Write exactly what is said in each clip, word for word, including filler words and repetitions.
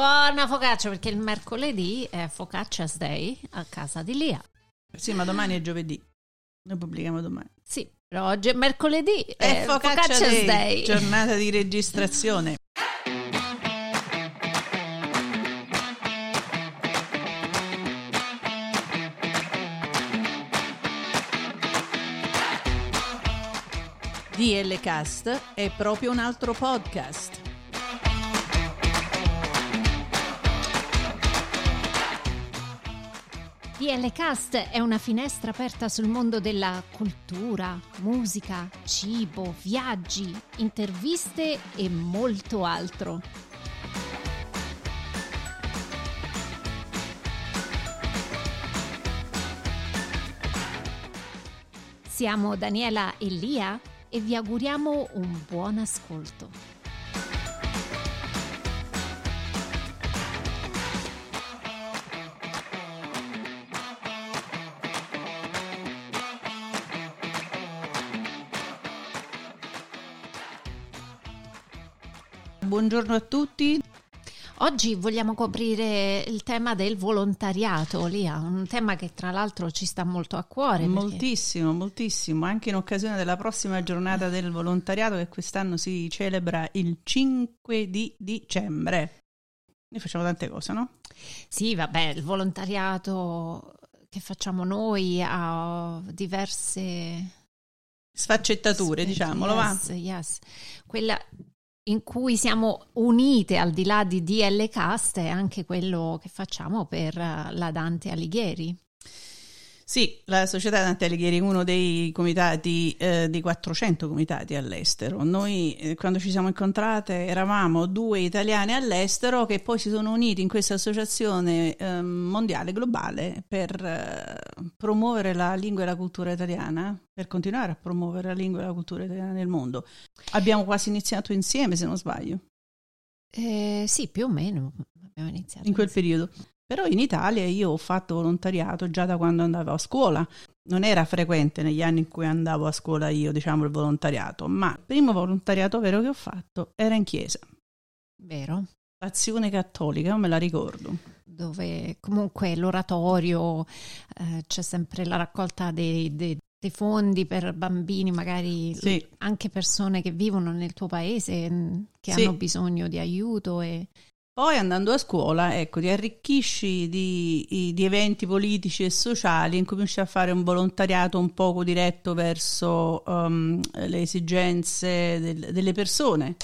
buona focaccia, perché il mercoledì è Focaccia's Day a casa di Lia. Sì, ma domani è giovedì. Noi pubblichiamo domani. Sì, però oggi è mercoledì, è è Focaccia Focaccia's Day, Day. Giornata di registrazione. D L Cast è proprio un altro podcast. D L Cast è una finestra aperta sul mondo della cultura, musica, cibo, viaggi, interviste e molto altro. Siamo Daniela e Lia e vi auguriamo un buon ascolto. Buongiorno a tutti. Oggi vogliamo coprire il tema del volontariato, Lia, un tema che tra l'altro ci sta molto a cuore. Moltissimo, perché... moltissimo, anche in occasione della prossima giornata del volontariato che quest'anno si celebra il cinque di dicembre. Noi facciamo tante cose, no? Sì, vabbè, il volontariato che facciamo noi ha diverse... sfaccettature, diciamolo, yes, va? Yes, quella... in cui siamo unite al di là di D L Cast è anche quello che facciamo per la Dante Alighieri. Sì, la Società Dante Alighieri è uno dei comitati, eh, dei quattrocento comitati all'estero. Noi eh, quando ci siamo incontrate eravamo due italiane all'estero che poi si sono uniti in questa associazione eh, mondiale, globale, per eh, promuovere la lingua e la cultura italiana, per continuare a promuovere la lingua e la cultura italiana nel mondo. Abbiamo quasi iniziato insieme, se non sbaglio. Eh, sì, più o meno abbiamo iniziato in quel insieme. periodo. Però in Italia io ho fatto volontariato già da quando andavo a scuola. Non era frequente negli anni in cui andavo a scuola io, diciamo, il volontariato, ma il primo volontariato vero che ho fatto era in chiesa. Vero? Azione Cattolica, non me la ricordo. Dove comunque l'oratorio, eh, c'è sempre la raccolta dei, dei, dei fondi per bambini, magari sì. anche persone che vivono nel tuo paese, che sì. hanno bisogno di aiuto e... Poi andando a scuola, ecco, ti arricchisci di, di eventi politici e sociali, incominci a fare un volontariato un poco diretto verso um, le esigenze del, delle persone.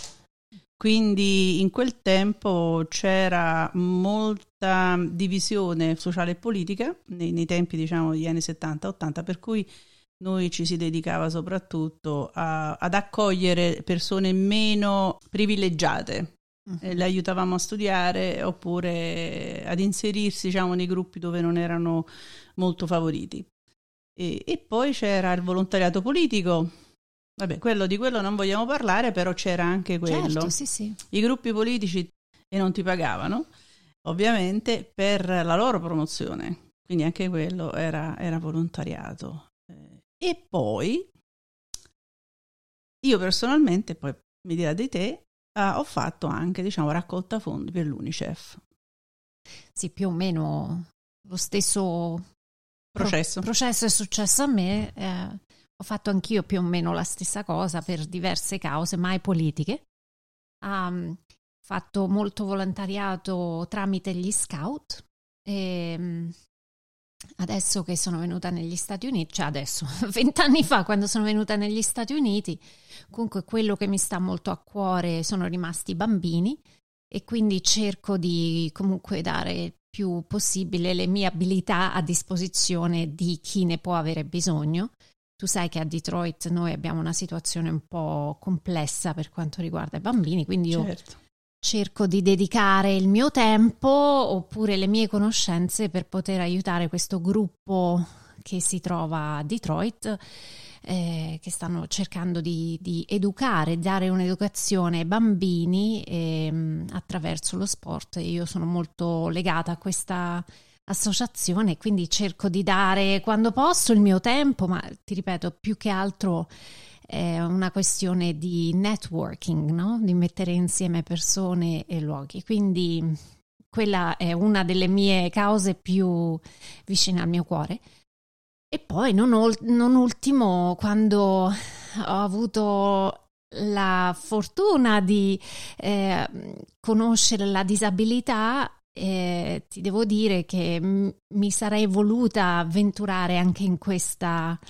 Quindi in quel tempo c'era molta divisione sociale e politica, nei, nei tempi diciamo degli anni settanta ottanta, per cui noi ci si dedicava soprattutto a, ad accogliere persone meno privilegiate. Eh, le aiutavamo a studiare oppure ad inserirsi, diciamo, nei gruppi dove non erano molto favoriti. E, e poi c'era il volontariato politico. Vabbè, quello di quello non vogliamo parlare, però c'era anche quello. Certo, sì, sì. I gruppi politici e non ti pagavano, ovviamente, per la loro promozione. Quindi anche quello era, era volontariato. Eh, e poi io personalmente, poi mi dirà di te, Uh, ho fatto anche, diciamo, raccolta fondi per l'Unicef. Sì, più o meno lo stesso processo, pro- processo è successo a me. Eh, ho fatto anch'io più o meno la stessa cosa per diverse cause, mai politiche. Ho um, fatto molto volontariato tramite gli scout e um, adesso che sono venuta negli Stati Uniti, cioè adesso, vent'anni fa quando sono venuta negli Stati Uniti, comunque quello che mi sta molto a cuore sono rimasti i bambini e quindi cerco di comunque dare più possibile le mie abilità a disposizione di chi ne può avere bisogno. Tu sai che a Detroit noi abbiamo una situazione un po' complessa per quanto riguarda i bambini, quindi io certo. cerco di dedicare il mio tempo oppure le mie conoscenze per poter aiutare questo gruppo che si trova a Detroit, eh, che stanno cercando di, di educare, dare un'educazione ai bambini eh, attraverso lo sport. Io sono molto legata a questa associazione, quindi cerco di dare quando posso il mio tempo, ma ti ripeto, più che altro è una questione di networking, no? Di mettere insieme persone e luoghi. Quindi quella è una delle mie cause più vicine al mio cuore. E poi non, ol- non ultimo, quando ho avuto la fortuna di eh, conoscere la disabilità, eh, ti devo dire che m- mi sarei voluta avventurare anche in questa,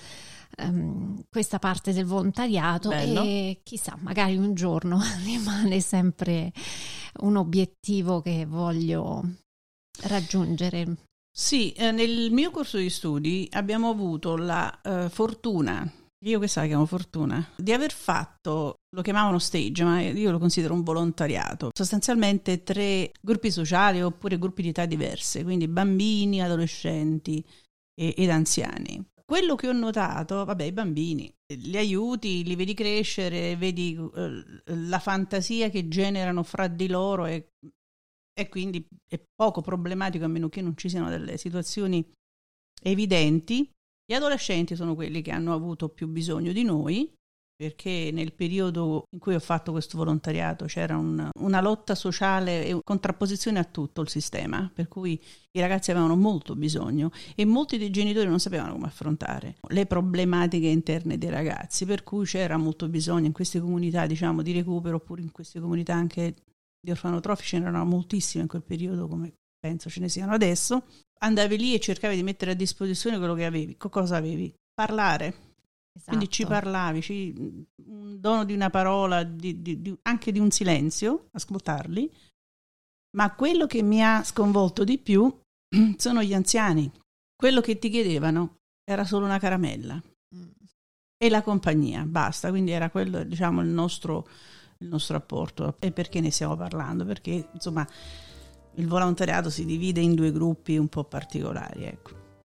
um, questa parte del volontariato. Bello. E chissà, magari un giorno rimane sempre un obiettivo che voglio raggiungere. Sì, eh, nel mio corso di studi abbiamo avuto la eh, fortuna, io questa la chiamo fortuna, di aver fatto, lo chiamavano stage, ma io lo considero un volontariato, sostanzialmente tre gruppi sociali oppure gruppi di età diverse, quindi bambini, adolescenti e, ed anziani. Quello che ho notato, vabbè, i bambini, li aiuti, li vedi crescere, vedi eh, la fantasia che generano fra di loro e e quindi è poco problematico a meno che non ci siano delle situazioni evidenti. Gli adolescenti sono quelli che hanno avuto più bisogno di noi, perché nel periodo in cui ho fatto questo volontariato c'era un, una lotta sociale e contrapposizione a tutto il sistema, per cui i ragazzi avevano molto bisogno e molti dei genitori non sapevano come affrontare le problematiche interne dei ragazzi, per cui c'era molto bisogno in queste comunità, diciamo, di recupero, oppure in queste comunità anche di orfanotrofi, ce n'erano moltissime in quel periodo, come penso ce ne siano adesso. Andavi lì e cercavi di mettere a disposizione quello che avevi. Cosa avevi? Parlare. Esatto. Quindi ci parlavi, ci, un dono di una parola, di, di, di, anche di un silenzio, ascoltarli. Ma quello che mi ha sconvolto di più sono gli anziani. Quello che ti chiedevano era solo una caramella mm. e la compagnia, basta. Quindi era quello, diciamo, il nostro il nostro rapporto. E perché ne stiamo parlando? Perché insomma il volontariato si divide in due gruppi un po' particolari, ecco.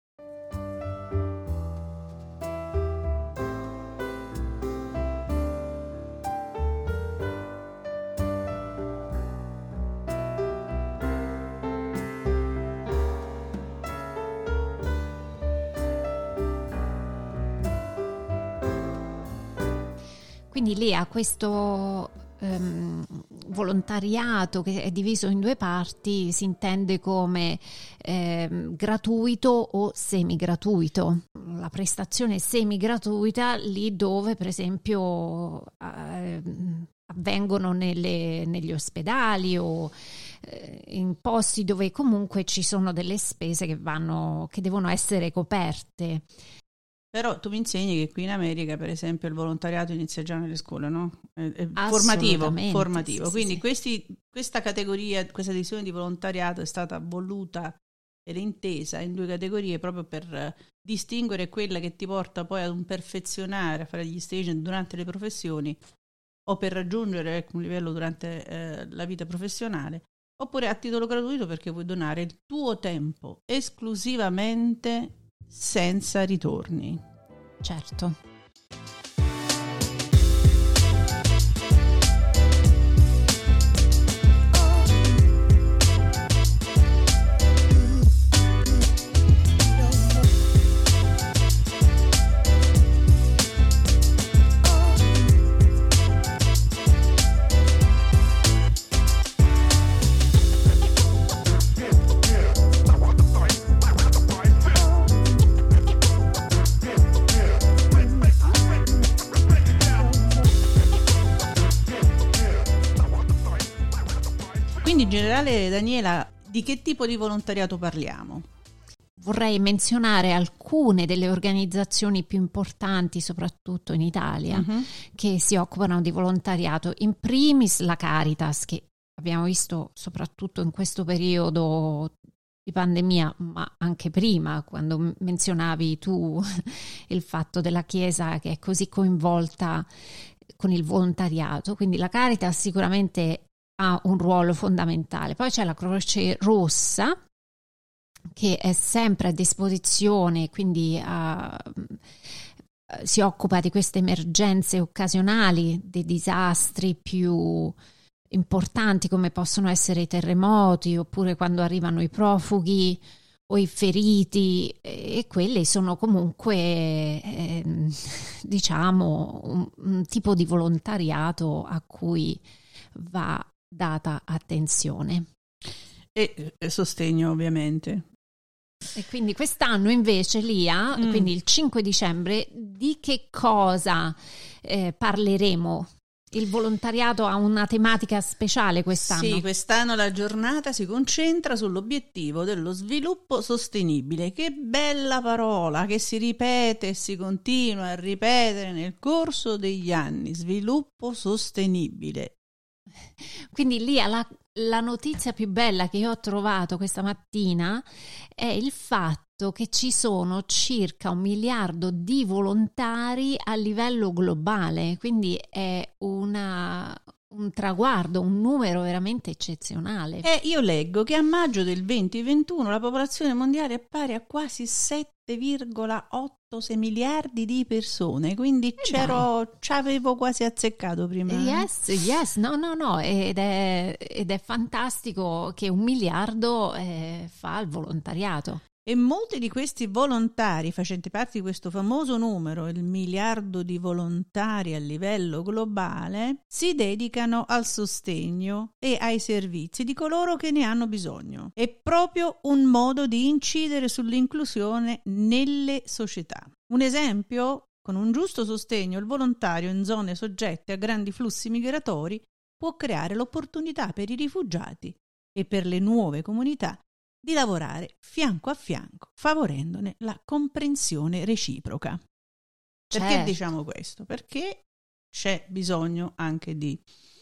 Quindi lì ha questo um, volontariato che è diviso in due parti, si intende come eh, gratuito o semigratuito. La prestazione semigratuita lì dove per esempio eh, avvengono nelle, negli ospedali o eh, in posti dove comunque ci sono delle spese che vanno, che devono essere coperte. Però tu mi insegni che qui in America, per esempio, il volontariato inizia già nelle scuole, no? È, è formativo, formativo. Sì, Quindi sì, questi, questa categoria, questa divisione di volontariato è stata voluta ed intesa in due categorie proprio per distinguere quella che ti porta poi ad un perfezionare, a fare gli stage durante le professioni o per raggiungere ecco, un livello durante eh, la vita professionale, oppure a titolo gratuito perché vuoi donare il tuo tempo esclusivamente senza ritorni. Certo. In generale, Daniela, di che tipo di volontariato parliamo? Vorrei menzionare alcune delle organizzazioni più importanti, soprattutto in Italia, uh-huh. che si occupano di volontariato. In primis la Caritas, che abbiamo visto soprattutto in questo periodo di pandemia, ma anche prima, quando menzionavi tu il fatto della Chiesa che è così coinvolta con il volontariato. Quindi la Caritas sicuramente ha un ruolo fondamentale. Poi c'è la Croce Rossa che è sempre a disposizione, quindi uh, si occupa di queste emergenze occasionali, dei disastri più importanti come possono essere i terremoti oppure quando arrivano i profughi o i feriti, e quelli sono comunque eh, diciamo un, un tipo di volontariato a cui va data attenzione. E, e sostegno, ovviamente. E quindi quest'anno invece, Lia, mm. quindi il cinque dicembre, di che cosa eh, parleremo? Il volontariato ha una tematica speciale quest'anno? Sì, quest'anno la giornata si concentra sull'obiettivo dello sviluppo sostenibile. Che bella parola che si ripete e si continua a ripetere nel corso degli anni. Sviluppo sostenibile. Quindi Lia, la, la notizia più bella che io ho trovato questa mattina è il fatto che ci sono circa un miliardo di volontari a livello globale, quindi è una, un traguardo, un numero veramente eccezionale. E io leggo che a maggio del duemilaventuno la popolazione mondiale è pari a quasi sette virgola ottantasei miliardi di persone, quindi eh c'ero, ci avevo quasi azzeccato prima. Yes, yes, no, no, no, ed è, ed è fantastico che un miliardo eh, fa il volontariato. E molti di questi volontari, facenti parte di questo famoso numero, il miliardo di volontari a livello globale, si dedicano al sostegno e ai servizi di coloro che ne hanno bisogno. È proprio un modo di incidere sull'inclusione nelle società. Un esempio, con un giusto sostegno, il volontario in zone soggette a grandi flussi migratori può creare l'opportunità per i rifugiati e per le nuove comunità di lavorare fianco a fianco, favorendone la comprensione reciproca. Perché certo. diciamo questo? Perché c'è bisogno anche di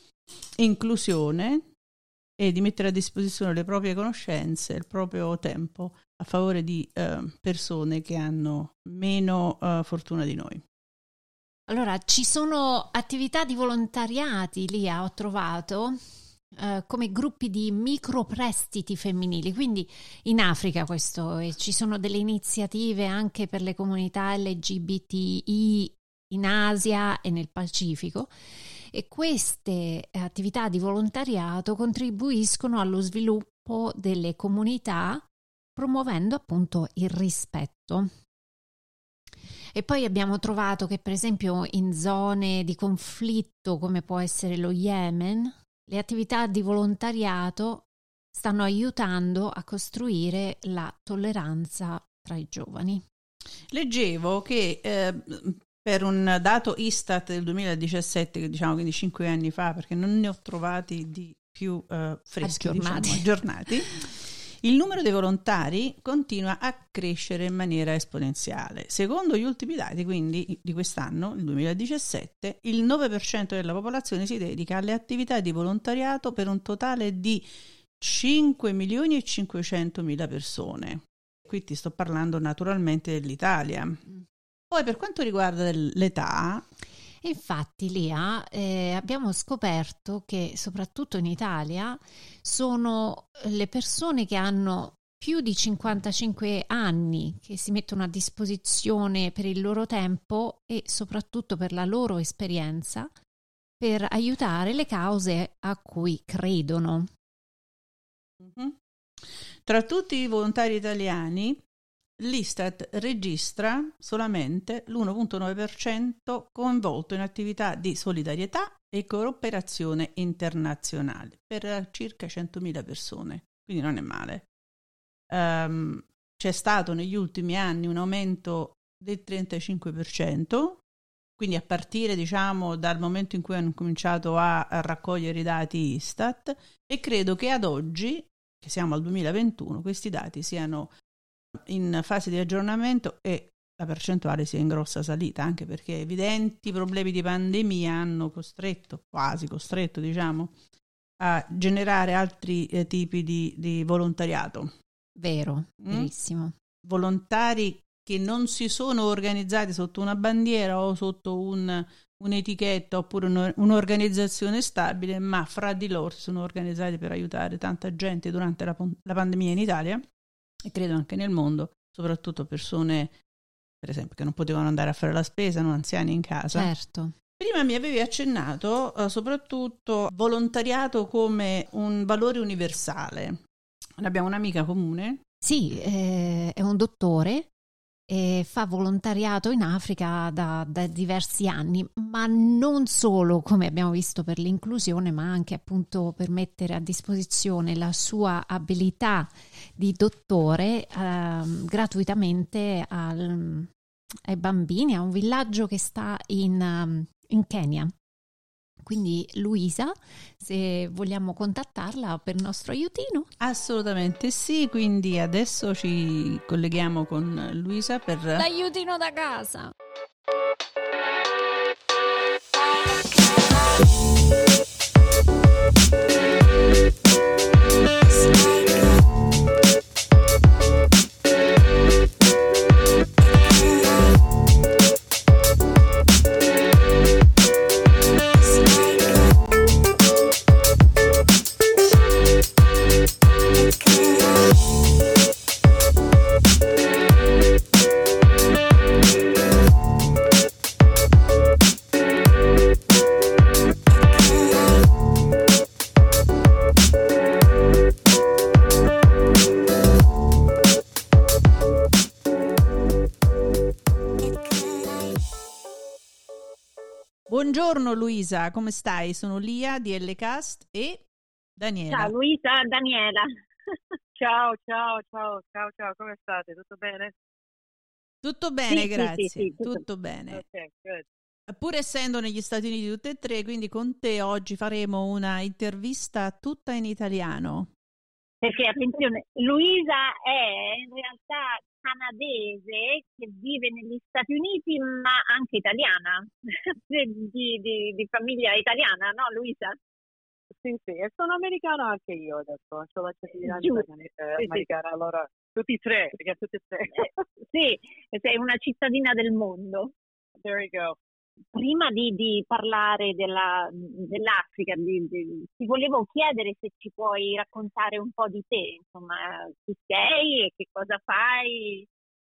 inclusione e di mettere a disposizione le proprie conoscenze, il proprio tempo a favore di eh, persone che hanno meno eh, fortuna di noi. Allora, ci sono attività di volontariati, Lia, ho trovato, Uh, come gruppi di microprestiti femminili, quindi in Africa questo, e ci sono delle iniziative anche per le comunità L G B T I in Asia e nel Pacifico, e queste attività di volontariato contribuiscono allo sviluppo delle comunità promuovendo appunto il rispetto. E poi abbiamo trovato che per esempio in zone di conflitto come può essere lo Yemen, le attività di volontariato stanno aiutando a costruire la tolleranza tra i giovani. Leggevo che eh, per un dato Istat del duemiladiciassette, che diciamo quindi cinque anni fa, perché non ne ho trovati di più eh, freschi, aggiornati. Diciamo, aggiornati, il numero dei volontari continua a crescere in maniera esponenziale. Secondo gli ultimi dati, quindi, di quest'anno, il duemiladiciassette, il nove per cento della popolazione si dedica alle attività di volontariato per un totale di cinque milioni e cinquecentomila persone. Qui ti sto parlando naturalmente dell'Italia. Poi per quanto riguarda l'età... Infatti, Lia, eh, abbiamo scoperto che soprattutto in Italia sono le persone che hanno più di cinquantacinque anni che si mettono a disposizione per il loro tempo e soprattutto per la loro esperienza per aiutare le cause a cui credono. Mm-hmm. Tra tutti i volontari italiani, l'Istat registra solamente l'uno virgola nove per cento coinvolto in attività di solidarietà e cooperazione internazionale per circa centomila persone, quindi non è male. Um, c'è stato negli ultimi anni un aumento del trentacinque per cento, quindi a partire diciamo dal momento in cui hanno cominciato a, a raccogliere i dati Istat, e credo che ad oggi, che siamo al duemilaventuno, questi dati siano in fase di aggiornamento e la percentuale sia in grossa salita, anche perché evidenti problemi di pandemia hanno costretto, quasi costretto diciamo, a generare altri eh, tipi di, di volontariato. Vero, mm? verissimo. Volontari che non si sono organizzati sotto una bandiera o sotto un, un'etichetta oppure un, un'organizzazione stabile, ma fra di loro si sono organizzati per aiutare tanta gente durante la, la pandemia in Italia e credo anche nel mondo, soprattutto persone per esempio che non potevano andare a fare la spesa, non anziani in casa. Certo. Prima mi avevi accennato eh, soprattutto volontariato come un valore universale. Abbiamo un'amica comune. Sì, eh, è un dottore e fa volontariato in Africa da, da diversi anni, ma non solo, come abbiamo visto, per l'inclusione, ma anche appunto per mettere a disposizione la sua abilità di dottore eh, gratuitamente al, ai bambini, a un villaggio che sta in, um, in Kenya. Quindi Luisa, se vogliamo contattarla per il nostro aiutino. Assolutamente sì, quindi adesso ci colleghiamo con Luisa per l'aiutino da casa. Buongiorno Luisa, come stai? Sono Lia di L-Cast e Daniela. Ciao Luisa, Daniela. ciao, ciao, ciao, ciao, ciao, come state? Tutto bene? Tutto bene, sì, grazie. Sì, sì, sì, tutto, tutto bene. Okay, good. Pur essendo negli Stati Uniti tutte e tre, quindi con te oggi faremo una intervista tutta in italiano. Perché attenzione, Luisa è in realtà canadese che vive negli Stati Uniti, ma anche italiana, di, di, di famiglia italiana, no Luisa? Sì, sì, e sono americana anche io adesso, ho la cittadinanza eh, americana, allora tutti e tre, perché tutti e tre. Sì, sei una cittadina del mondo. There you go. Prima di, di parlare della, dell'Africa, di, di, ti volevo chiedere se ci puoi raccontare un po' di te, insomma, chi sei e che cosa fai.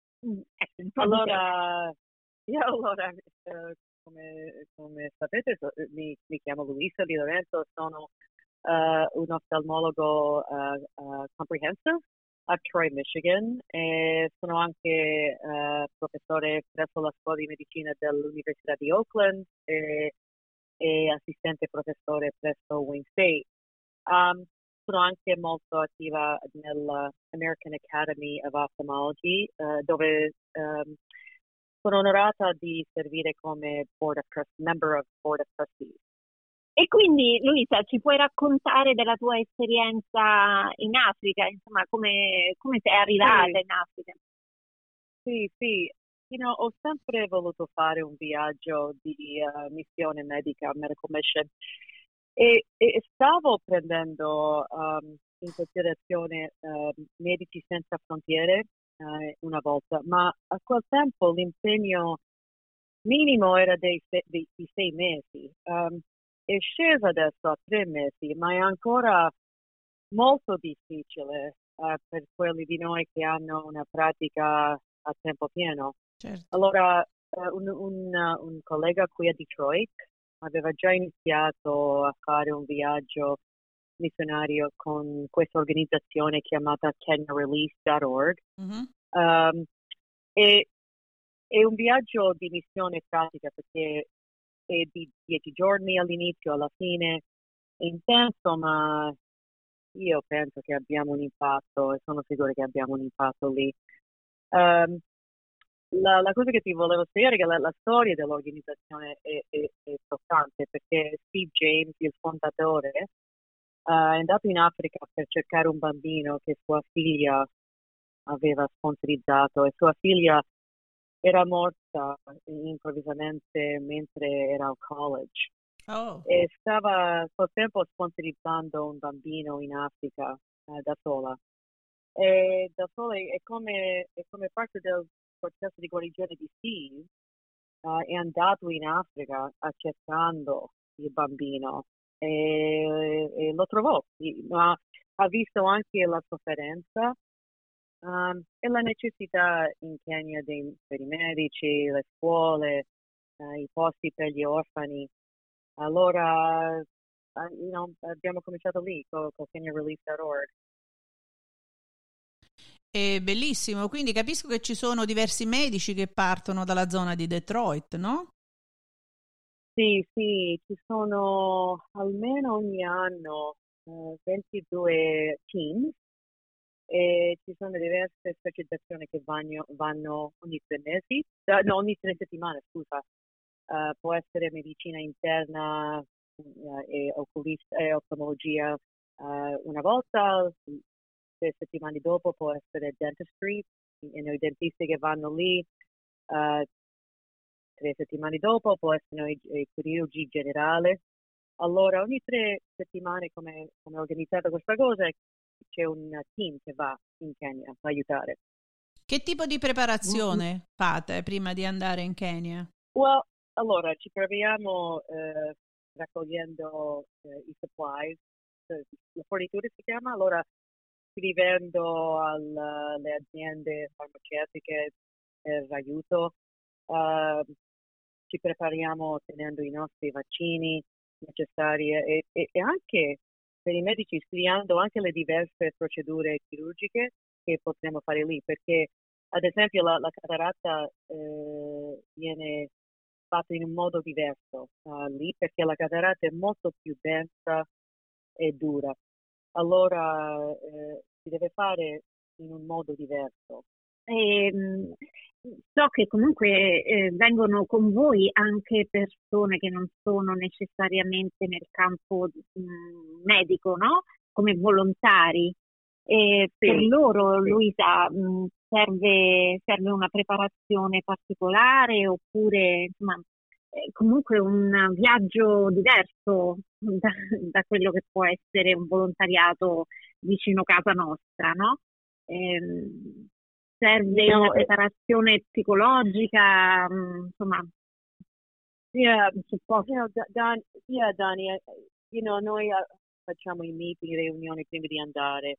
Ecco, allora, io allora, eh, come, come sapete, mi, mi chiamo Luisa Di Lorenzo, sono uh, un oftalmologo uh, uh, comprehensive a Troy, Michigan, e sono anche uh, professore presso la scuola di medicina dell'Università di Oakland e, e assistente professore presso Wayne State. Um, sono anche molto attiva nell'American Academy of Ophthalmology, uh, dove um, sono onorata di servire come board of trust- member of Board of Trustees. E quindi, Luisa, ci puoi raccontare della tua esperienza in Africa? Insomma, come, come sei arrivata sì. in Africa? Sì, sì. You know, ho sempre voluto fare un viaggio di uh, missione medica, medical mission, e, e stavo prendendo um, in considerazione uh, Medici Senza Frontiere uh, una volta, ma a quel tempo l'impegno minimo era dei, dei, di sei mesi. Um, è sceso adesso a tre mesi, ma è ancora molto difficile uh, per quelli di noi che hanno una pratica a tempo pieno. Certo. Allora, uh, un, un, uh, un collega qui a Detroit aveva già iniziato a fare un viaggio missionario con questa organizzazione chiamata kenya release dot org. Mm-hmm. Um, e è un viaggio di missione pratica perché è di dieci giorni all'inizio, alla fine, è intenso, ma io penso che abbiamo un impatto e sono sicura che abbiamo un impatto lì. Um, la, la cosa che ti volevo spiegare è che la, la storia dell'organizzazione è, è, è toccante, perché Steve James, il fondatore, uh, è andato in Africa per cercare un bambino che sua figlia aveva sponsorizzato, e sua figlia era morta improvvisamente mentre era al college. Oh. E stava col tempo sponsorizzando un bambino in Africa eh, da sola. E da sola è come, è come parte del processo di guarigione di Steve, uh, è andato in Africa cercando il bambino e, e lo trovò, ma ha visto anche la sofferenza Um, e la necessità in Kenya dei, per i medici, le scuole, uh, i posti per gli orfani. Allora, uh, you know, abbiamo cominciato lì con, con kenya release dot org. È bellissimo, quindi capisco che ci sono diversi medici che partono dalla zona di Detroit, no? Sì, sì, ci sono almeno ogni anno eh, ventidue team e ci sono diverse specializzazioni che vanno, vanno ogni tre mesi, eh, no, ogni tre settimane, scusa. Eh, può essere medicina interna eh, e oculista e oftalmologia eh, una volta, tre settimane dopo può essere dentistry, e noi dentisti che vanno lì, eh, tre settimane dopo può essere i, i chirurgi generali. Allora, ogni tre settimane, come come è organizzata questa cosa, c'è un team che va in Kenya a aiutare. Che tipo di preparazione fate prima di andare in Kenya? Well, allora, ci proviamo eh, raccogliendo eh, i supplies, eh, la fornitura si chiama, allora scrivendo alle aziende farmaceutiche per aiuto, uh, ci prepariamo tenendo i nostri vaccini necessari e, e, e anche per i medici studiando anche le diverse procedure chirurgiche che potremo fare lì, perché ad esempio la, la cataratta eh, viene fatta in un modo diverso uh, lì, perché la cataratta è molto più densa e dura. Allora eh, si deve fare in un modo diverso. E, mh, so che comunque eh, vengono con voi anche persone che non sono necessariamente nel campo mh, medico, no? Come volontari. E Sì, per loro, sì. Luisa, mh, serve, serve una preparazione particolare oppure insomma, eh, comunque un viaggio diverso da, da quello che può essere un volontariato vicino casa nostra, no? Ehm, serve No, una eh, preparazione psicologica, mh, insomma, yeah, un supporto. you know, Da- Dan, yeah, Dani, eh, you know, noi eh, facciamo i meeting, riunioni prima di andare.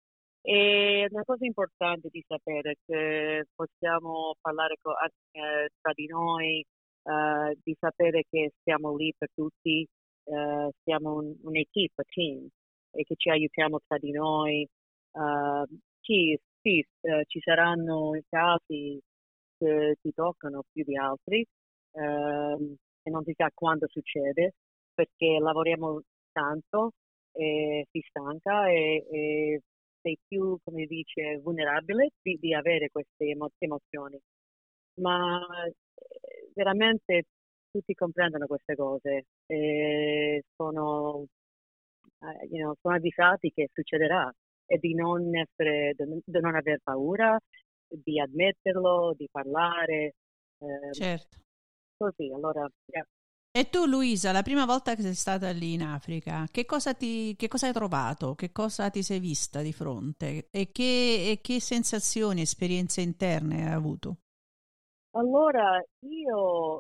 E una cosa importante di sapere è che possiamo parlare co- eh, tra di noi, eh, di sapere che siamo lì per tutti, eh, siamo un, un'equipe, un team, e che ci aiutiamo tra di noi. Eh, sì, sì, eh, ci saranno i casi che ti toccano più di altri, ehm, e non si sa quando succede, perché lavoriamo tanto e si stanca e, e sei più, come dice, vulnerabile di, di avere queste emo- emozioni. Ma eh, veramente tutti comprendono queste cose e sono, eh, you know, sono avvisati che succederà e di non essere, di non aver paura, di ammetterlo, di parlare, eh, Certo. così. Allora, yeah. E tu, Luisa, la prima volta che sei stata lì in Africa, che cosa ti, che cosa hai trovato? Che cosa ti sei vista di fronte? E che, e che sensazioni, esperienze interne hai avuto? Allora io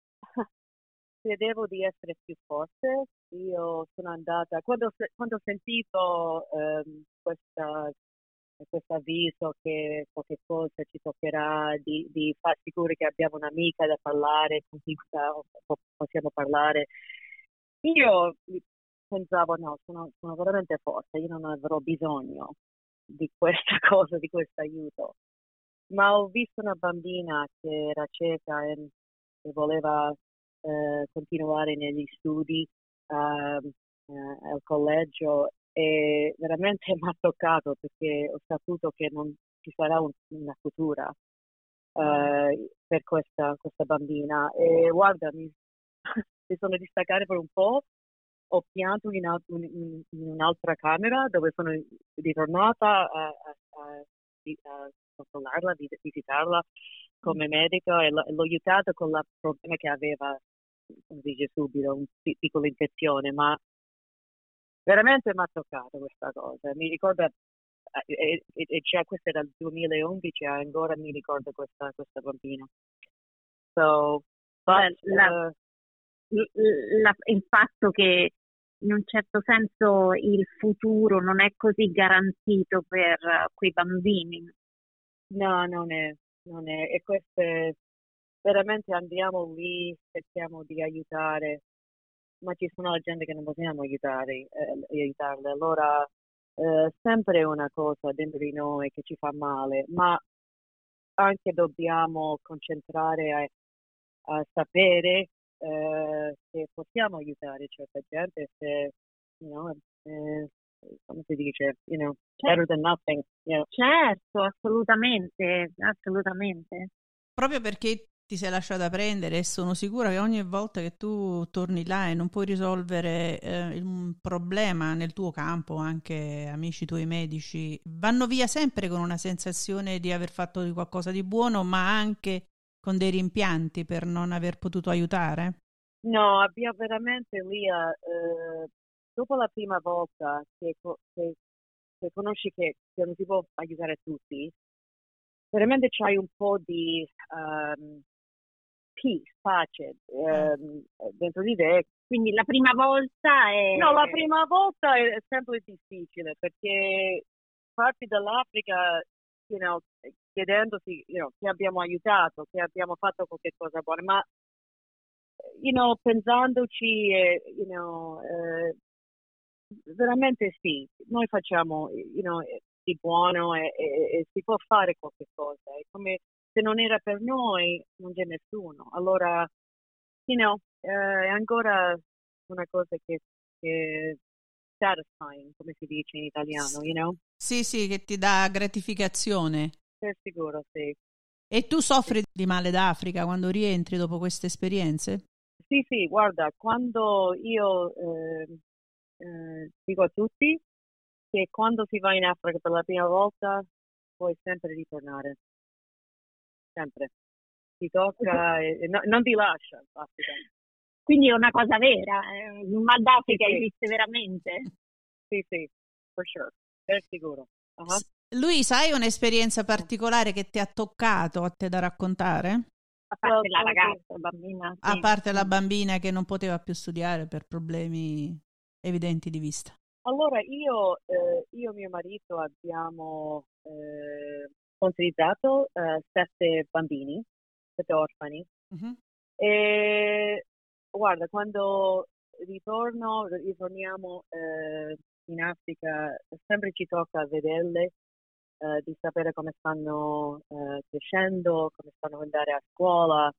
credevo di essere più forte. Io sono andata, quando, se- quando ho sentito ehm, questa, questo avviso che qualche cosa ci toccherà, di, di far sicuro che abbiamo un'amica da parlare, con cui sta- po- possiamo parlare, io pensavo no, sono, sono veramente forte, io non avrò bisogno di questa cosa, di questo aiuto. Ma ho visto una bambina che era cieca e, e voleva eh, continuare negli studi ehm, eh, al collegio e veramente mi ha toccato perché ho saputo che non ci sarà un- una futura eh, per questa, questa bambina. E guarda, mi, mi sono distaccata per un po', ho pianto in, al- in- in un'altra camera dove sono ritornata a, a, a- di- a controllarla, di visitarla come medico e l- l'ho aiutata con il problema che aveva, come si dice subito, un pi- piccola infezione, ma veramente mi ha toccato questa cosa. Mi ricorda, eh, e, e- e già questo era il duemilaundici, e ancora mi ricordo questa, questa bambina. So, but, Beh, la- uh, l- la- il fatto che in un certo senso il futuro non è così garantito per eh, quei bambini. no, non è, non è. E queste veramente andiamo lì, cerchiamo di aiutare, ma ci sono la gente che non possiamo aiutare, eh, aiutarle. Allora eh, sempre una cosa dentro di noi che ci fa male, ma anche dobbiamo concentrare a, a sapere eh, se possiamo aiutare certa gente, se, you know, eh, come si dice, you know, better than nothing. Yeah. Certo, assolutamente, assolutamente. Proprio perché ti sei lasciata prendere e sono sicura che ogni volta che tu torni là e non puoi risolvere eh, un problema nel tuo campo, anche amici tuoi medici, vanno via sempre con una sensazione di aver fatto di qualcosa di buono, ma anche con dei rimpianti per non aver potuto aiutare? No, abbiamo veramente lì, eh, dopo la prima volta che, che, che conosci che, che non si può aiutare tutti, veramente c'hai un po' di um, peace, pace um, dentro di te. Quindi la prima volta è... No, la prima volta è, è sempre difficile perché parti dall'Africa, you know, chiedendosi, you know, che abbiamo aiutato, che abbiamo fatto qualche cosa buona, ma you know, pensandoci, eh, you know, eh, veramente sì, noi facciamo, you know, di buono e, e, e si può fare qualche cosa. È come se non era per noi, non c'è nessuno. Allora, you know, eh, è ancora una cosa che, che satisfying, come si dice in italiano, you know? Sì, sì, che ti dà gratificazione. Per sicuro, sì. E tu soffri di male d'Africa quando rientri dopo queste esperienze? Sì, sì, guarda, quando io eh, eh, dico a tutti che quando si va in Africa per la prima volta puoi sempre ritornare, sempre. Ti tocca e, e no, non ti lascia l'Africa. Quindi è una cosa vera, eh, il Mal d'Africa sì, esiste veramente? Sì, sì, for sure, per sicuro. Uh-huh. Luisa, hai un'esperienza particolare che ti ha toccato a te da raccontare? A parte la ragazza, bambina. Sì. A parte la bambina che non poteva più studiare per problemi evidenti di vista. Allora, io eh, io e mio marito abbiamo eh, sponsorizzato eh, sette bambini, sette orfani. Uh-huh. E guarda, quando ritorno, ritorniamo eh, in Africa, sempre ci tocca vederle, eh, di sapere come stanno eh, crescendo, come stanno andare a scuola.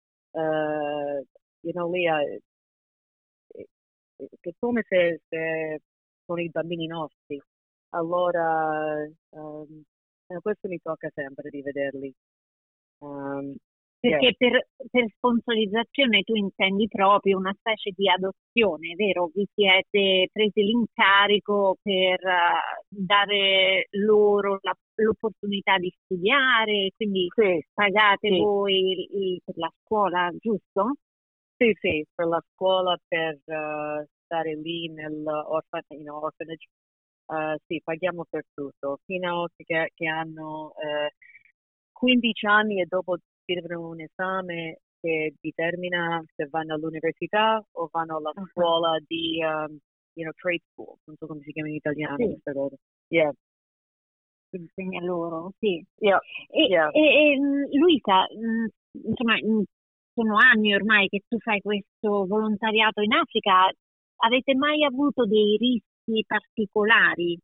Uh, you know, lì è, è, è come se, se sono i bambini nostri. Allora, um, questo mi tocca sempre di vederli. Um, Perché yeah. per, per sponsorizzazione tu intendi proprio una specie di adozione, vero? Vi siete presi l'incarico per uh, dare loro la, l'opportunità di studiare, quindi sì, pagate sì. voi il, il, per la scuola, giusto? Sì, sì, per la scuola, per uh, stare lì nell'orphanage. Uh, sì, paghiamo per tutto, fino a che, che hanno uh, quindici anni e dopo scrivono un esame che determina se vanno all'università o vanno alla uh-huh. scuola di um, you know, trade school, non so come si chiama in italiano sì. questa cosa. Yeah. Insegna loro, sì. Yeah. E, yeah. e, e Luisa, insomma, sono anni ormai che tu fai questo volontariato in Africa, avete mai avuto dei rischi particolari?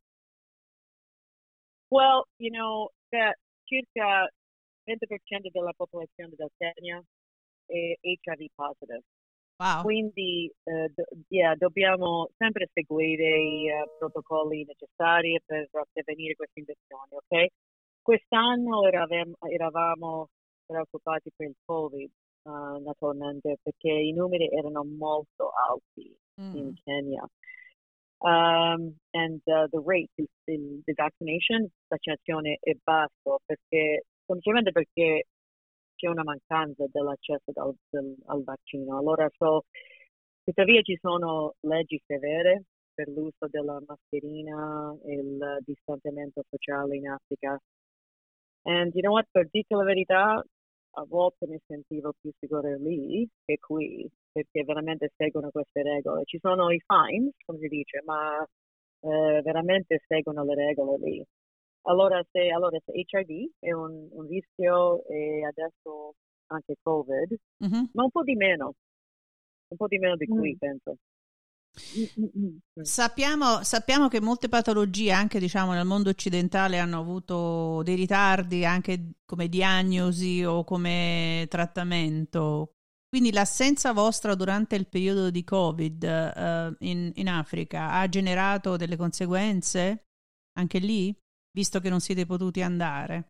Well, you know, that circa venti per cento della popolazione del Kenya è H I V positive. Wow. Quindi uh, do, yeah, dobbiamo sempre seguire i uh, protocolli necessari per prevenire queste infezioni, ok? Quest'anno eravamo, eravamo preoccupati per il Covid, uh, naturalmente, perché i numeri erano molto alti mm. in Kenya. Um, and uh, the rate di, di, di vaccination, vaccinazione è basso, perché semplicemente perché c'è una mancanza dell'accesso al, del, al vaccino. Allora, so, tuttavia ci sono leggi severe per l'uso della mascherina e il distanziamento sociale in Africa. And you know what, per dirti la verità, a volte mi sentivo più sicura lì che qui, perché veramente seguono queste regole. Ci sono i fines, come si dice, ma eh, veramente seguono le regole lì. Allora se, allora, se H I V è un, un rischio e adesso anche Covid, mm-hmm. ma un po' di meno, un po' di meno di qui, mm. penso. Sappiamo, sappiamo che molte patologie anche diciamo nel mondo occidentale hanno avuto dei ritardi anche come diagnosi o come trattamento, quindi l'assenza vostra durante il periodo di Covid uh, in, in Africa ha generato delle conseguenze anche lì, visto che non siete potuti andare?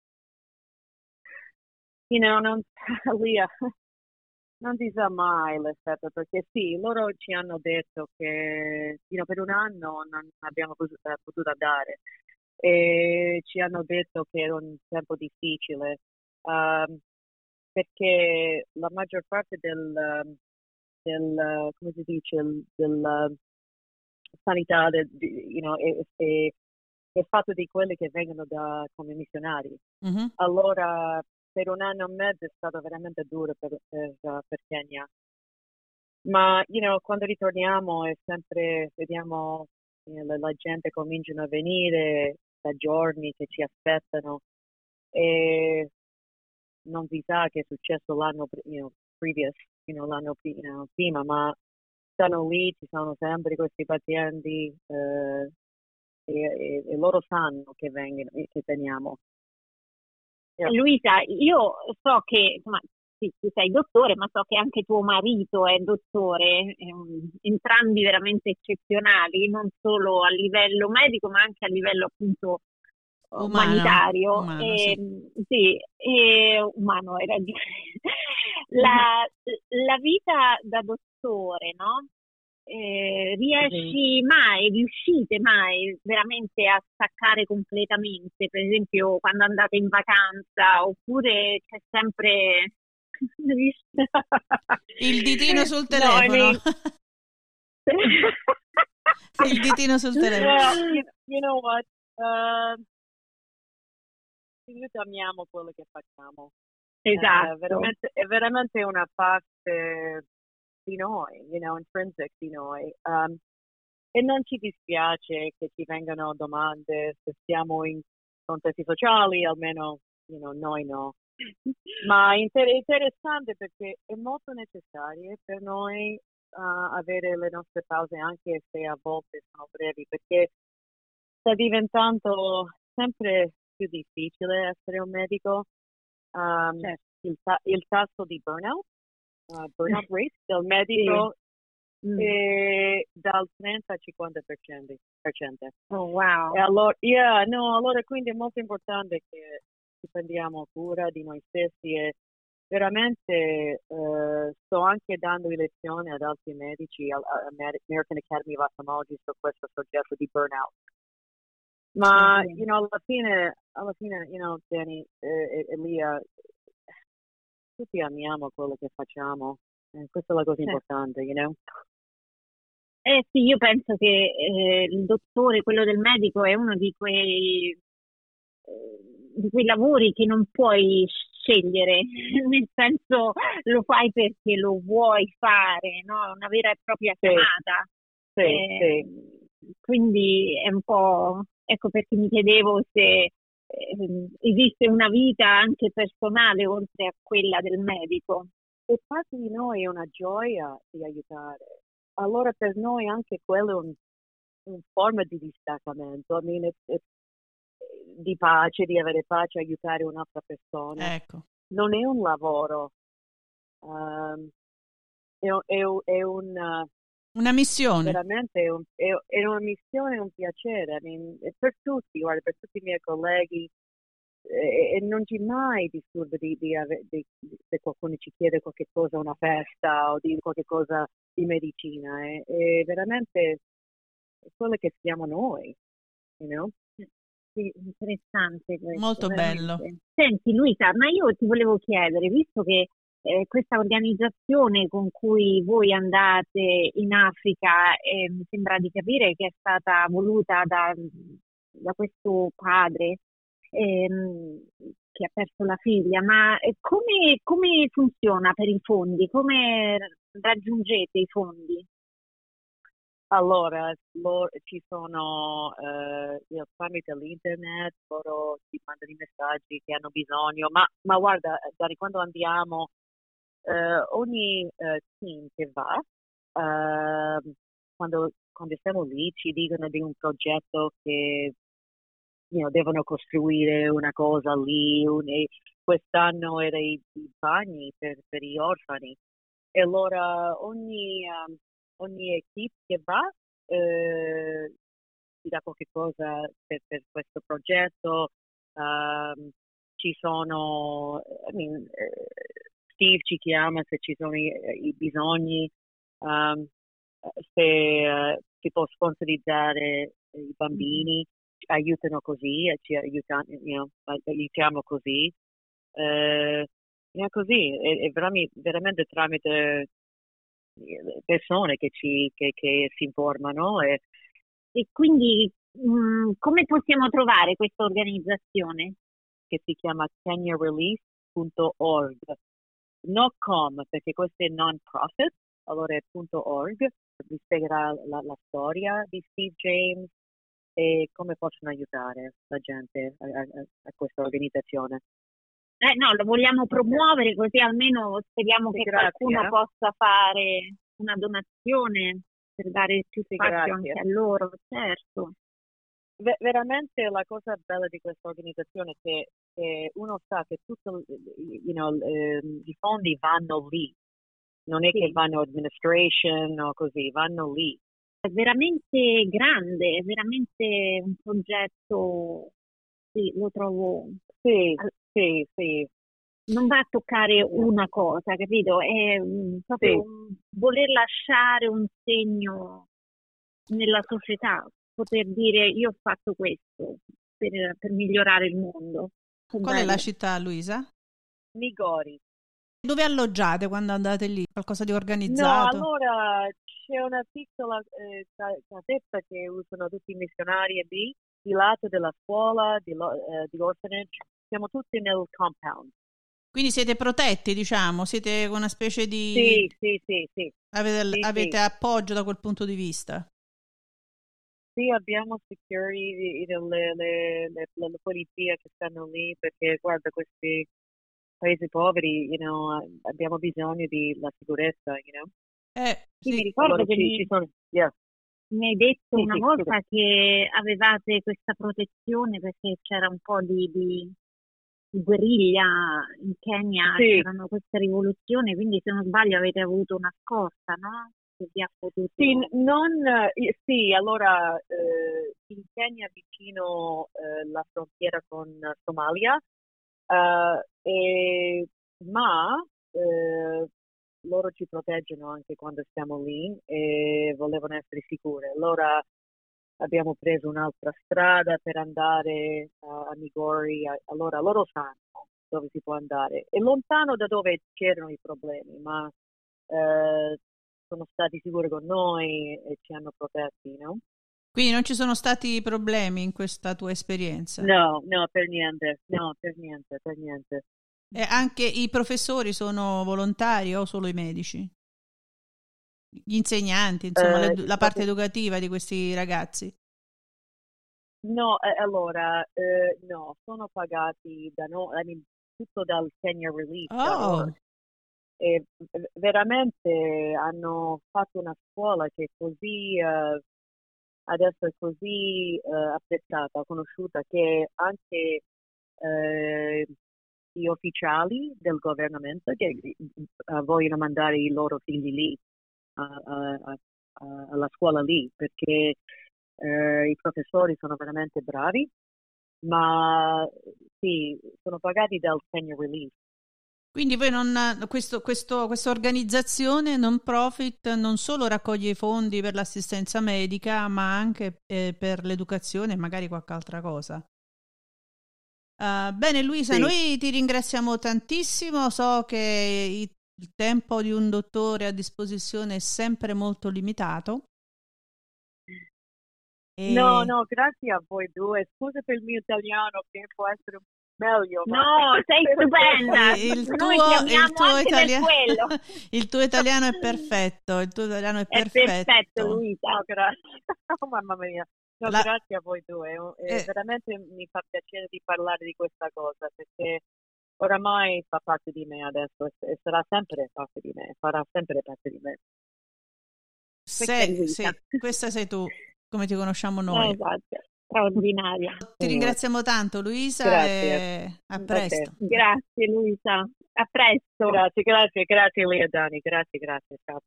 You know, non, Lia, non si sa mai l'effetto, perché sì, loro ci hanno detto che you know, per un anno non abbiamo potuto, potuto andare e ci hanno detto che era un tempo difficile um, perché la maggior parte del, del come si dice, del sanità del, you know, è, è, è fatto di quelli che vengono da come missionari. Mm-hmm. Allora per un anno e mezzo è stato veramente duro per, per, per Kenya. Ma, you know, quando ritorniamo è sempre, vediamo, you know, la, la gente cominciano a venire da giorni che ci aspettano e non si sa che è successo l'anno, you know, previous, you know, l'anno you know, prima, ma stanno lì, ci sono sempre questi pazienti eh, e, e, e loro sanno che vengono, che teniamo. Yeah. Luisa, io so che, insomma, sì, tu sei dottore, ma so che anche tuo marito è dottore, ehm, entrambi veramente eccezionali, non solo a livello medico, ma anche a livello appunto umano, umanitario. umano, e, sì. Sì, e, umano, hai ragione. La, la vita da dottore, no? Eh, riesci mai, riuscite mai veramente a staccare completamente, per esempio quando andate in vacanza, oppure c'è sempre il ditino sul telefono? No, il ditino sul telefono. Well, you, you know what? Uh, noi amiamo quello che facciamo. Esatto. Uh, veramente, è veramente una parte di noi, you know, intrinsic di noi. Um, e non ci dispiace che ci vengano domande se siamo in contesti sociali, almeno, you know, noi no. Ma è inter- interessante perché è molto necessario per noi uh, avere le nostre pause, anche se a volte sono brevi, perché sta diventando sempre più difficile essere un medico. Um, certo. il, ta- il tasso di burnout Uh, burnout rate del medico sì. è dal trenta al cinquanta per cento. Oh wow. E allora, yeah, no, allora quindi è molto importante che ci prendiamo cura di noi stessi e veramente uh, sto anche dando lezioni ad altri medici all'American Academy of Ophthalmology su questo soggetto di burnout. Ma mm-hmm. you know, alla fine, alla fine, you know, Danny e, e Lia, tutti amiamo quello che facciamo, eh, questa è la cosa certo. importante, you know? Eh sì, io penso che eh, il dottore, quello del medico, è uno di quei, eh, di quei lavori che non puoi scegliere, nel senso lo fai perché lo vuoi fare, no? Una vera e propria chiamata. Sì, eh, sì. Quindi è un po', ecco perché mi chiedevo se Eh, esiste una vita anche personale oltre a quella del medico. E parte di noi è una gioia di aiutare. Allora per noi anche quello è un, un forma di distaccamento. I mean, it's, it's, di pace, di avere pace, aiutare un'altra persona. Ecco. Non è un lavoro. Um, è, è, è un... Una missione. Veramente è, un, è, è una missione, un piacere. I mean, per tutti, guarda, per tutti i miei colleghi. E, e non c'è mai disturbo di, di, di, di, se qualcuno ci chiede qualche cosa, una festa o di qualche cosa di medicina. È, è veramente è quello che siamo noi, you know? Sì, interessante questo. Molto veramente. bello. Senti Luisa, ma io ti volevo chiedere, visto che Eh, questa organizzazione con cui voi andate in Africa, eh, mi sembra di capire che è stata voluta da, da questo padre ehm, che ha perso la figlia, ma come, come funziona per i fondi? Come raggiungete i fondi? Allora, loro, ci sono eh, tramite l'internet, loro ci mandano i messaggi che hanno bisogno, ma, ma guarda, Dari, quando andiamo Uh, ogni uh, team che va uh, quando, quando siamo lì ci dicono di un progetto che you know, devono costruire una cosa lì, un, e quest'anno era i, i bagni per, per gli orfani. E allora ogni, um, ogni equipe che va eh, ti dà qualche cosa per, per questo progetto. Um, ci sono, I mean, eh, Steve ci chiama se ci sono i, i bisogni, um, se uh, si può sponsorizzare i bambini, aiutano così, e ci aiutano, you know, aiutiamo così. Eh, è così, è, è veramente, veramente tramite persone che, ci, che, che si informano. E, E quindi mh, come possiamo trovare questa organizzazione? Che si chiama kenya relief punto org, non com, perché questo è non profit, allora è .org, vi spiegherà la, la storia di Steve James e come possono aiutare la gente a, a, a questa organizzazione. Eh no, lo vogliamo promuovere così almeno speriamo sì, che grazie, qualcuno eh. possa fare una donazione per dare più sì, spazio grazie. anche a loro, certo. Ver- veramente la cosa bella di questa organizzazione è che, che uno sa che tutti you know, ehm, i fondi vanno lì, non è Sì. che vanno administration o così, vanno lì. È veramente grande, è veramente un progetto, sì, lo trovo, Sì, sì, sì. non va a toccare una cosa, capito? È mm, proprio Sì. un voler lasciare un segno nella società, poter dire io ho fatto questo per, per migliorare il mondo. Che Qual è bello. la città, Luisa? Migori. Dove alloggiate quando andate lì? Qualcosa di No, organizzato? allora c'è una piccola eh, ca- casetta che usano tutti i missionari lì, di lato della scuola, di, lo- eh, di orphanage. Siamo tutti nel compound. Quindi siete protetti, diciamo, siete una specie di... Sì, sì, sì, sì. Avete, Sì, avete sì. appoggio da quel punto di vista? Sì, abbiamo security, le, le, le, le, le polizie che stanno lì, perché guarda, questi paesi poveri, you know, abbiamo bisogno di la sicurezza, you know. Eh, Sì, mi sì. ricordo Allora, che ci, mi, ci sono, yeah. mi hai detto Sì, una sì, volta scusa. che avevate questa protezione perché c'era un po' di, di, di guerriglia in Kenya, Sì. c'erano queste rivoluzioni, quindi se non sbaglio avete avuto una scorta, no? Che vi ha potuto... Sì, n- non, eh, sì, allora eh, in Kenya vicino eh, la frontiera con Somalia, eh, e, ma eh, loro ci proteggono anche quando stiamo lì e volevano essere sicure. Allora abbiamo preso un'altra strada per andare uh, a Migori, a- allora loro sanno dove si può andare. È lontano da dove c'erano i problemi, ma eh, sono stati sicuri con noi e ci hanno protetti, no? Quindi non ci sono stati problemi in questa tua esperienza? No, no, per niente, no, per niente, per niente. E anche i professori sono volontari o solo i medici? Gli insegnanti, insomma, Eh, le- la parte educativa di questi ragazzi? no, eh, allora, eh, no, sono pagati da noi, I mean, tutto dal kenya relief punto org. Oh, E v- veramente hanno fatto una scuola che è così, eh, adesso è così eh, apprezzata, conosciuta, che anche eh, gli ufficiali del governamento che eh, vogliono mandare i loro figli lì, a- a- a- a- alla scuola lì, perché eh, i professori sono veramente bravi, ma sì, sono pagati dal Kenya Relief. quindi voi non, questo, questo, questa organizzazione non profit non solo raccoglie i fondi per l'assistenza medica, ma anche eh, per l'educazione e magari qualche altra cosa. Uh, bene Luisa, Sì. noi ti ringraziamo tantissimo, so che i- il tempo di un dottore a disposizione è sempre molto limitato. E... No, no, grazie a voi due. Scusa per il mio italiano che può essere meglio. Ma... No, sei stupenda. Il, il Noi tuo, ti amiamo il tuo anche italia- per quello. il tuo italiano è perfetto, il tuo italiano è È perfetto. perfetto, Luisa. No, grazie. Oh, mamma mia. No, La- grazie a voi due. Eh, eh, veramente mi fa piacere di parlare di questa cosa perché oramai fa parte di me adesso e e sarà sempre parte di me, farà sempre parte di me. sei, sei, questa sei tu, come ti conosciamo noi. Esatto, straordinaria. Ti ringraziamo tanto Luisa. Grazie. E a presto. Okay. Grazie Luisa, a presto. Grazie, grazie, grazie Lea Dani, grazie, grazie. Ciao.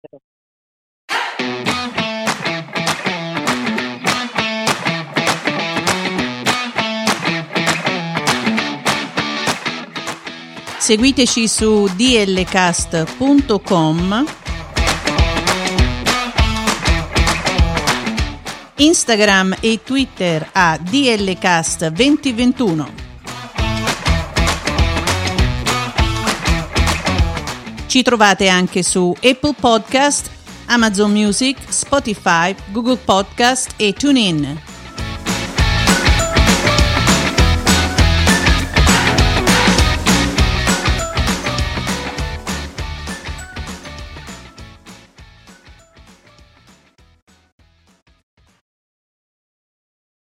Seguiteci su d l cast punto com, Instagram e Twitter a D L Cast duemilaventuno. Ci trovate anche su Apple Podcast, Amazon Music, Spotify, Google Podcast e TuneIn.